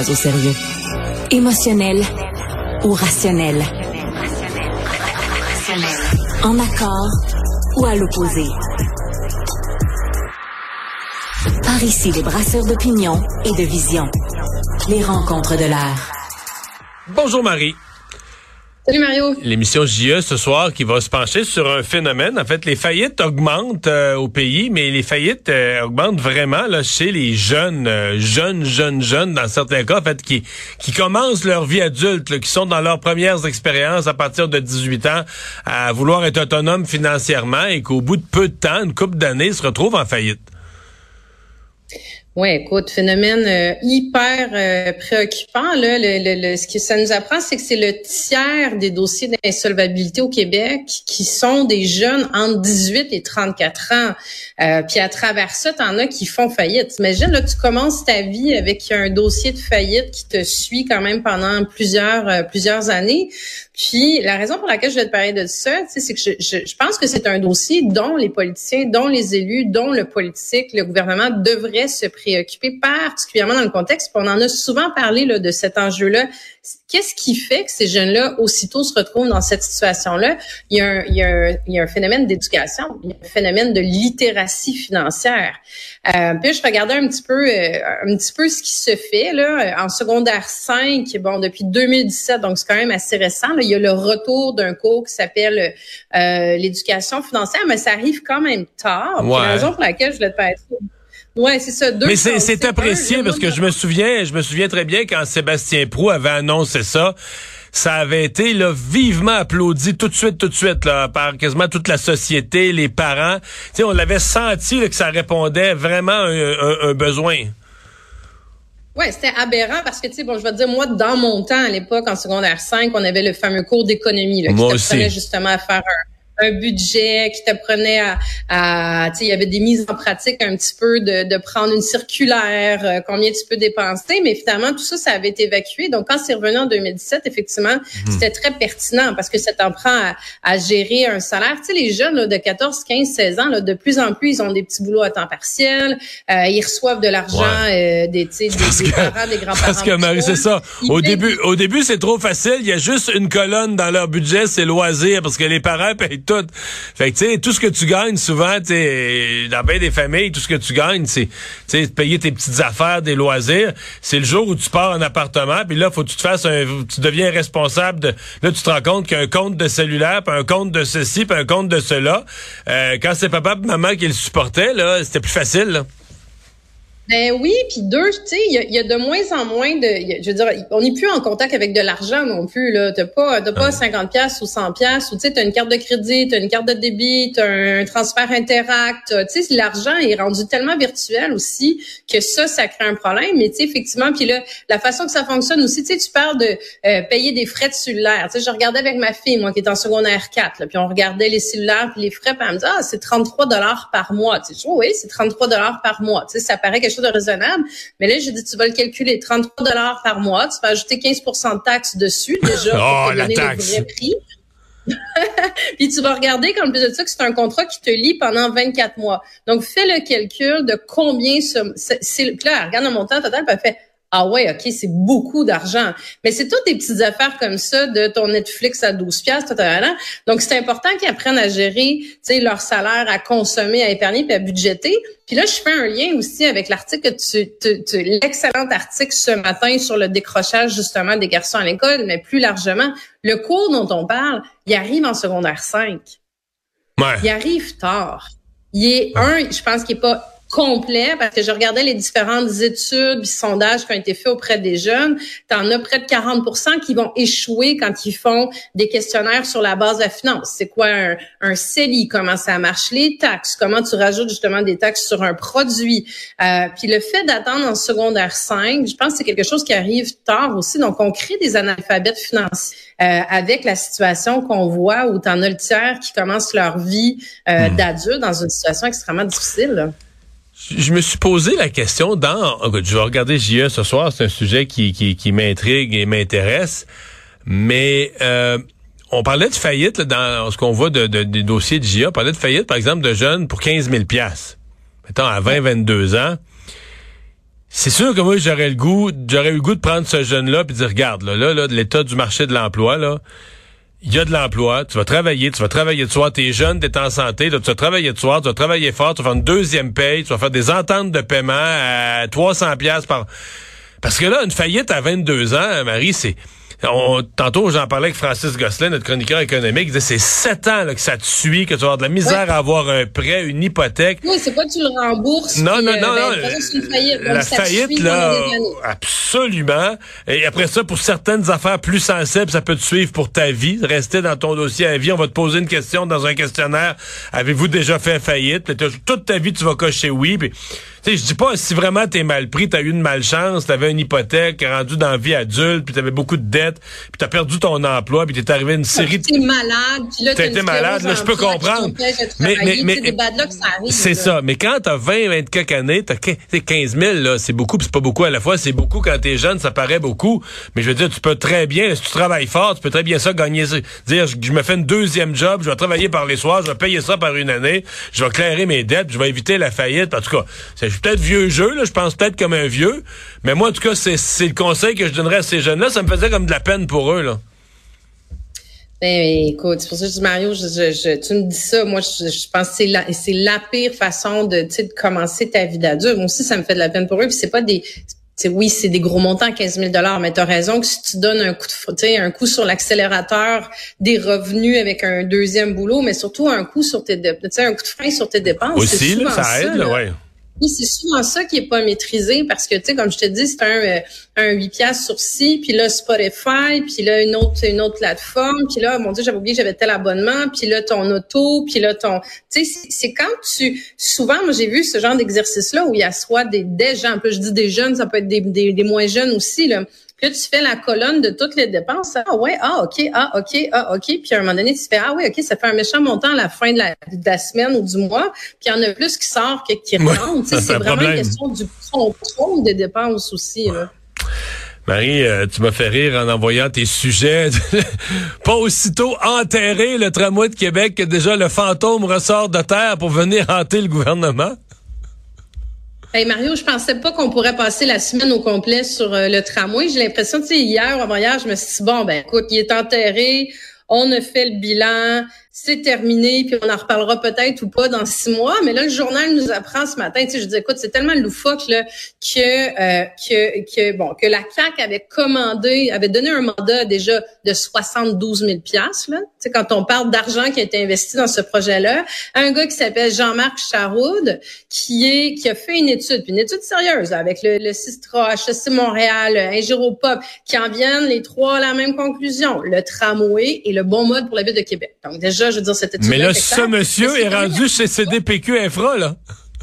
pas au sérieux. Émotionnel ou rationnel. En accord ou à l'opposé. Par ici, les brasseurs d'opinion et de vision. Les rencontres de l'air. Bonjour Marie. Salut Mario. L'émission JE ce soir qui va se pencher sur un phénomène. En fait, les faillites augmentent au pays, mais les faillites augmentent vraiment là chez les jeunes dans certains cas, en fait, qui commencent leur vie adulte, là, qui sont dans leurs premières expériences à partir de 18 ans à vouloir être autonomes financièrement et qu'au bout de peu de temps, une couple d'années, se retrouvent en faillite. Ouais, écoute, phénomène hyper préoccupant là. Ce que ça nous apprend, c'est que c'est le tiers des dossiers d'insolvabilité au Québec qui sont des jeunes entre 18 et 34 ans. Puis à travers ça, t'en as qui font faillite. T'imagines, là, tu commences ta vie avec un dossier de faillite qui te suit quand même pendant plusieurs années. Puis la raison pour laquelle je vais te parler de ça, c'est que je pense que c'est un dossier dont les politiciens, dont les élus, dont le politique, le gouvernement devraient se préoccuper, particulièrement dans le contexte. Puis on en a souvent parlé là, de cet enjeu-là. Qu'est-ce qui fait que ces jeunes-là, aussitôt, se retrouvent dans cette situation-là? Il y a un phénomène d'éducation, il y a un phénomène de littératie financière. Puis je regardais un petit peu ce qui se fait là en secondaire 5. Bon, depuis 2017, donc c'est quand même assez récent. Là, il y a le retour d'un cours qui s'appelle l'éducation financière, mais ça arrive quand même tard. Ouais. C'est la raison pour laquelle je voulais te parler. Ouais, c'est ça. Mais c'est apprécié parce que je me souviens très bien quand Sébastien Proulx avait annoncé ça. Ça avait été là vivement applaudi tout de suite là par quasiment toute la société, les parents. Tu sais, on l'avait senti là, que ça répondait vraiment à un besoin. Ouais, c'était aberrant parce que, tu sais, bon, je vais te dire, moi, dans mon temps, à l'époque, en secondaire 5, on avait le fameux cours d'économie, là, qui t'apprenait justement à faire un budget, qui t'apprenait à tu sais, il y avait des mises en pratique un petit peu de prendre une circulaire, combien tu peux dépenser, mais finalement, tout ça avait été évacué. Donc, quand c'est revenu en 2017, effectivement, c'était très pertinent parce que ça t'en prend à gérer un salaire. Tu sais, les jeunes là, de 14, 15, 16 ans, là, de plus en plus, ils ont des petits boulots à temps partiel, ils reçoivent de l'argent des parents, des grands-parents. Parce que, Marie, c'est ça. Au début, c'est trop facile. Il y a juste une colonne dans leur budget, c'est loisirs, parce que les parents payent tout. Fait que, tu sais, tout ce que tu gagnes, souvent, tu sais, dans bien des familles, tout ce que tu gagnes, c'est, tu sais, payer tes petites affaires, des loisirs. C'est le jour où tu pars en appartement, puis là, faut que tu te fasses tu deviens responsable de, là, tu te rends compte qu'il y a un compte de cellulaire, puis un compte de ceci, puis un compte de cela. Quand c'est papa et maman qui le supportaient, là, c'était plus facile, là. Ben oui, puis deux, tu sais, il y a de moins en moins je veux dire, on n'est plus en contact avec de l'argent non plus là. T'as pas 50 pièces ou 100 pièces ou tu sais, t'as une carte de crédit, t'as une carte de débit, t'as un transfert Interact. Tu sais, l'argent est rendu tellement virtuel aussi que ça crée un problème. Mais tu sais, effectivement, puis là, la façon que ça fonctionne aussi, tu sais, tu parles de payer des frais de cellulaire. Tu sais, je regardais avec ma fille, moi, qui est en secondaire 4, là, puis on regardait les cellulaires puis les frais, puis elle me dit c'est 33 $ par mois. Tu sais, oui, c'est 33 $ par mois. Tu sais, ça paraît quelque chose de raisonnable, mais là, j'ai dit, tu vas le calculer, 33 $ par mois, tu vas ajouter 15 % de taxes dessus, déjà, pour te donner le vrai prix. Puis tu vas regarder, comme plus de ça, que c'est un contrat qui te lie pendant 24 mois. Donc, fais le calcul de combien puis là, regarde le montant total, puis elle fait ah ouais, OK, c'est beaucoup d'argent. Mais c'est toutes des petites affaires comme ça de ton Netflix à 12 piastres, donc c'est important qu'ils apprennent à gérer, tu sais, leur salaire, à consommer, à épargner puis à budgéter. Puis là, je fais un lien aussi avec l'article l'excellent article ce matin sur le décrochage justement des garçons à l'école, mais plus largement, le cours dont on parle, il arrive en secondaire 5. Ouais. Il arrive tard. Je pense qu'il est pas complet, parce que je regardais les différentes études et sondages qui ont été faits auprès des jeunes. T'en as près de 40% qui vont échouer quand ils font des questionnaires sur la base de la finance. C'est quoi un CELI? Comment ça marche? Les taxes? Comment tu rajoutes justement des taxes sur un produit? Puis le fait d'attendre en secondaire 5, je pense que c'est quelque chose qui arrive tard aussi. Donc, on crée des analphabètes financiers avec la situation qu'on voit où t'en as le tiers qui commence leur vie d'adulte dans une situation extrêmement difficile, là. Je me suis posé la question je vais regarder JE ce soir, c'est un sujet qui m'intrigue et m'intéresse, mais on parlait de faillite là, dans ce qu'on voit des dossiers de JE, on parlait de faillite, par exemple, de jeunes pour 15 000 $. Mettons, à 20-22 ans. C'est sûr que moi, j'aurais eu le goût de prendre ce jeune-là puis de dire, regarde, là, de l'état du marché de l'emploi, là, il y a de l'emploi, tu vas travailler de soir, t'es jeune, t'es en santé, là, tu vas travailler de soir, tu vas travailler fort, tu vas faire une deuxième paye, tu vas faire des ententes de paiement à 300$ par... Parce que là, une faillite à 22 ans, Marie, c'est... Tantôt, j'en parlais avec Francis Gosselin, notre chroniqueur économique, il disait c'est 7 ans là, que ça te suit, que tu vas avoir de la misère à avoir un prêt, une hypothèque. Oui, c'est pas que tu le rembourses. Non. C'est une faillite. Donc, la ça faillite, te suit là, pendant des années. absolument. Et après ça, pour certaines affaires plus sensibles, ça peut te suivre pour ta vie. Rester dans ton dossier à vie. On va te poser une question dans un questionnaire. Avez-vous déjà fait faillite? Puis, toute ta vie, tu vas cocher oui. Puis, tu sais, je dis pas si vraiment t'es mal pris, t'as eu une malchance, t'avais une hypothèque rendue dans la vie adulte, puis t'avais beaucoup de dettes, puis t'as perdu ton emploi, puis t'es arrivé à une série de... T'es malade, puis là, t'as été malade, là, je peux comprendre. Mais c'est ça. Mais quand t'as 20 quelques années, t'as 15 000, là, c'est beaucoup, puis c'est pas beaucoup à la fois. C'est beaucoup quand t'es jeune, ça paraît beaucoup. Mais je veux dire, tu peux très bien, si tu travailles fort, tu peux très bien ça gagner, dire, je me fais une deuxième job, je vais travailler par les soirs, je vais payer ça par une année, je vais clairer mes dettes, je vais éviter la faillite. En tout cas, je suis peut-être vieux jeu, là, je pense peut-être comme un vieux, mais moi, en tout cas, c'est le conseil que je donnerais à ces jeunes-là. Ça me faisait comme de la peine pour eux, là. Ben, écoute, c'est pour ça que je dis, Mario, tu me dis ça, moi, je pense que c'est la pire façon de commencer ta vie d'adulte. Moi aussi, ça me fait de la peine pour eux, puis c'est pas des... oui, c'est des gros montants, 15 000 mais t'as raison que si tu donnes un coup sur l'accélérateur des revenus avec un deuxième boulot, mais surtout un coup sur un coup de frein sur tes dépenses. Aussi, là, ça aide, là, ouais. Oui, c'est souvent ça qui est pas maîtrisé parce que, tu sais, comme je te dis, c'est un 8$ sur 6, puis là, Spotify, puis là, une autre plateforme, puis là, mon Dieu, j'avais oublié que j'avais tel abonnement, puis là, ton auto, puis là, tu sais, c'est quand souvent, moi, j'ai vu ce genre d'exercice-là où il y a soit des gens, un peu, je dis des jeunes, ça peut être des moins jeunes aussi, là. Puis là, tu fais la colonne de toutes les dépenses. Ah ouais, OK. Puis à un moment donné, tu fais, ah oui, OK, ça fait un méchant montant à la fin de la semaine ou du mois. Puis il y en a plus qui sort que qui rentre. C'est vraiment une question du contrôle des dépenses aussi, là. Marie, tu m'as fait rire en envoyant tes sujets. Pas aussitôt enterré le tramway de Québec que déjà le fantôme ressort de terre pour venir hanter le gouvernement. Hey Mario, je pensais pas qu'on pourrait passer la semaine au complet sur le tramway. J'ai l'impression, tu sais, hier ou avant-hier, je me suis dit, bon, ben écoute, il est enterré, on a fait le bilan, c'est terminé, puis on en reparlera peut-être ou pas dans 6 mois. Mais là, le journal nous apprend ce matin, tu sais, je dis, écoute, c'est tellement loufoque là que la CAQ avait donné un mandat déjà de 72 000 $, là. Tu sais, quand on parle d'argent qui a été investi dans ce projet-là, un gars qui s'appelle Jean-Marc Charoud, qui a fait une étude sérieuse là, avec le Sistra, HEC Montréal, Ingéropop, qui en viennent les trois à la même conclusion, le tramway et le bon mode pour la ville de Québec. Donc déjà, je veux dire, cette étude-là. Mais là, ce monsieur est rendu chez CDPQ Infra, là.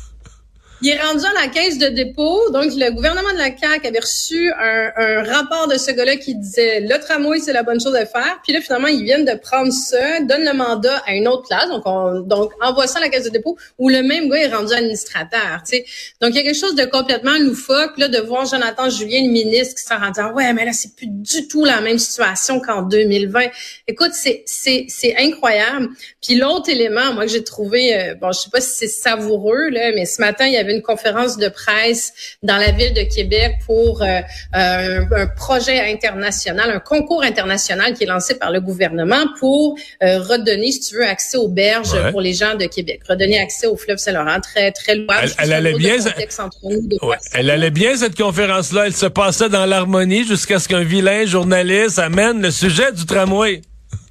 Il est rendu à la caisse de dépôt. Donc, le gouvernement de la CAQ avait reçu un rapport de ce gars-là qui disait le tramway, c'est la bonne chose à faire. Puis là, finalement, ils viennent de prendre ça, donnent le mandat à une autre classe. Donc, envoie ça à la caisse de dépôt où le même gars est rendu administrateur, tu sais. Donc, il y a quelque chose de complètement loufoque, là, de voir Jonathan Julien, le ministre, qui s'en rend disant, ouais, mais là, c'est plus du tout la même situation qu'en 2020. Écoute, c'est incroyable. Puis l'autre élément, moi, que j'ai trouvé, je sais pas si c'est savoureux, là, mais ce matin, il y avait une conférence de presse dans la ville de Québec pour un projet international, un concours international qui est lancé par le gouvernement pour redonner, si tu veux, accès aux berges pour les gens de Québec, redonner accès au fleuve Saint-Laurent, très très louable. Elle allait bien, elle allait bien cette conférence-là. Elle se passait dans l'harmonie jusqu'à ce qu'un vilain journaliste amène le sujet du tramway.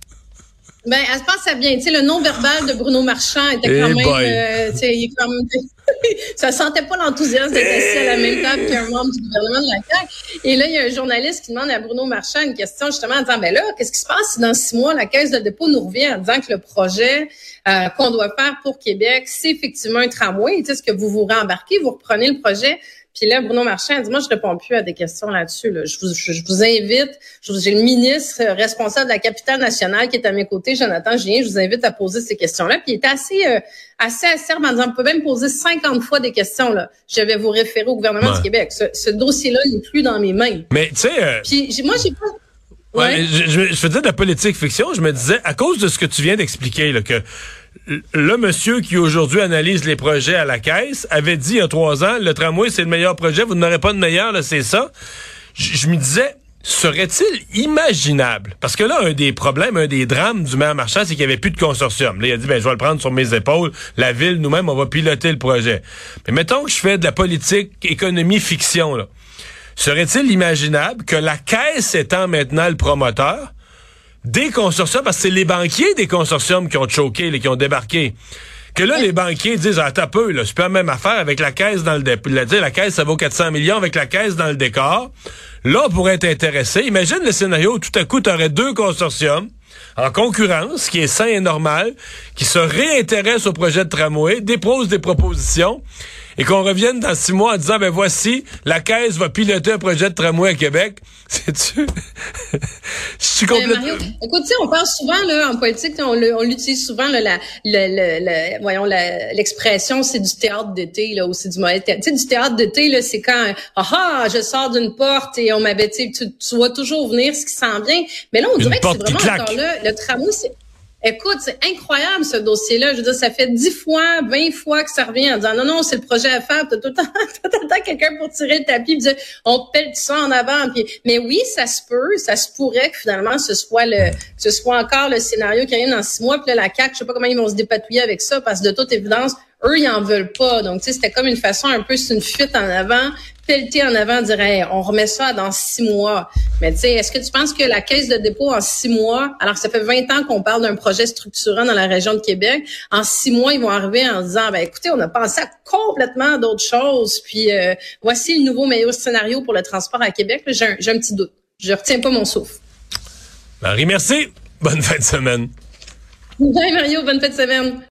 Ben, elle se passait bien. Tu sais, le non-verbal de Bruno Marchand était quand même, tu sais, il est quand même, ça sentait pas l'enthousiasme d'être assis à la même table qu'un membre du gouvernement de la CAQ. Et là, il y a un journaliste qui demande à Bruno Marchand une question justement en disant, ben là, qu'est-ce qui se passe si dans 6 mois, la Caisse de dépôt nous revient en disant que le projet qu'on doit faire pour Québec, c'est effectivement un tramway. Tu sais, est-ce que vous vous rembarquez, vous reprenez le projet? Puis là, Bruno Marchand a dit, moi, je réponds plus à des questions là-dessus. Là. Je vous invite, j'ai le ministre responsable de la capitale nationale qui est à mes côtés, Jonathan Julien, je vous invite à poser ces questions-là. Puis il était assez acerbe en disant, vous pouvez même poser 50 fois des questions. Là. Je vais vous référer au gouvernement du Québec. Ce dossier-là n'est plus dans mes mains. Mais tu sais... Puis moi, j'ai pas... Ouais. Je faisais de la politique fiction. Je me disais, à cause de ce que tu viens d'expliquer, là, que le monsieur qui aujourd'hui analyse les projets à la Caisse avait dit il y a 3 ans, le tramway, c'est le meilleur projet, vous n'aurez pas de meilleur, là, c'est ça. Je me disais, serait-il imaginable? Parce que là, un des problèmes, un des drames du maire Marchand, c'est qu'il n'y avait plus de consortium. Là, il a dit, je vais le prendre sur mes épaules. La ville, nous-mêmes, on va piloter le projet. Mais mettons que je fais de la politique économie-fiction, là. Serait-il imaginable que la Caisse étant maintenant le promoteur des consortiums, parce que c'est les banquiers des consortiums qui ont choqué, qui ont débarqué, que là, les banquiers disent, t'as peu, là, c'est pas la même affaire avec la Caisse dans le décor. La Caisse, ça vaut 400 millions avec la Caisse dans le décor. Là, on pourrait être intéressé. Imagine le scénario où tout à coup, tu aurais 2 consortiums en concurrence, qui est sain et normal, qui se réintéressent au projet de tramway, déposent des propositions, et qu'on revienne dans 6 mois en disant, voici, la Caisse va piloter un projet de tramway à Québec. C'est-tu? Je suis complètement... Mario, écoute, tu sais, on parle souvent, là, en politique, on l'utilise souvent, là, l'expression, c'est du théâtre d'été, là, ou c'est du mauvais théâtre. Tu sais, du théâtre d'été, là, c'est quand, je sors d'une porte et on m'avait, tu vois toujours venir ce qui s'en vient. Mais là, on dirait que c'est vraiment encore là, le tramway, c'est... Écoute, c'est incroyable ce dossier-là. Je veux dire, ça fait 10 fois, 20 fois que ça revient en disant non, c'est le projet à faire. T'as tout le temps quelqu'un pour tirer le tapis et dire on pèle tout ça en avant. Puis, mais oui, ça se pourrait que finalement ce soit encore le scénario qui arrive dans 6 mois. Puis là, la CAQ, je sais pas comment ils vont se dépatouiller avec ça parce que de toute évidence, eux, ils en veulent pas. Donc, tu sais, c'était comme une façon un peu, c'est une fuite en avant, pelleter en avant, dire on remet ça dans 6 mois. Mais tu sais, est-ce que tu penses que la Caisse de dépôt en 6 mois, alors que ça fait 20 ans qu'on parle d'un projet structurant dans la région de Québec, en 6 mois, ils vont arriver en disant, écoutez, on a pensé à complètement d'autres choses, puis voici le nouveau meilleur scénario pour le transport à Québec. Là, j'ai un petit doute. Je retiens pas mon souffle. Marie, merci. Bonne fin de semaine. Bye Mario, bonne fin de semaine.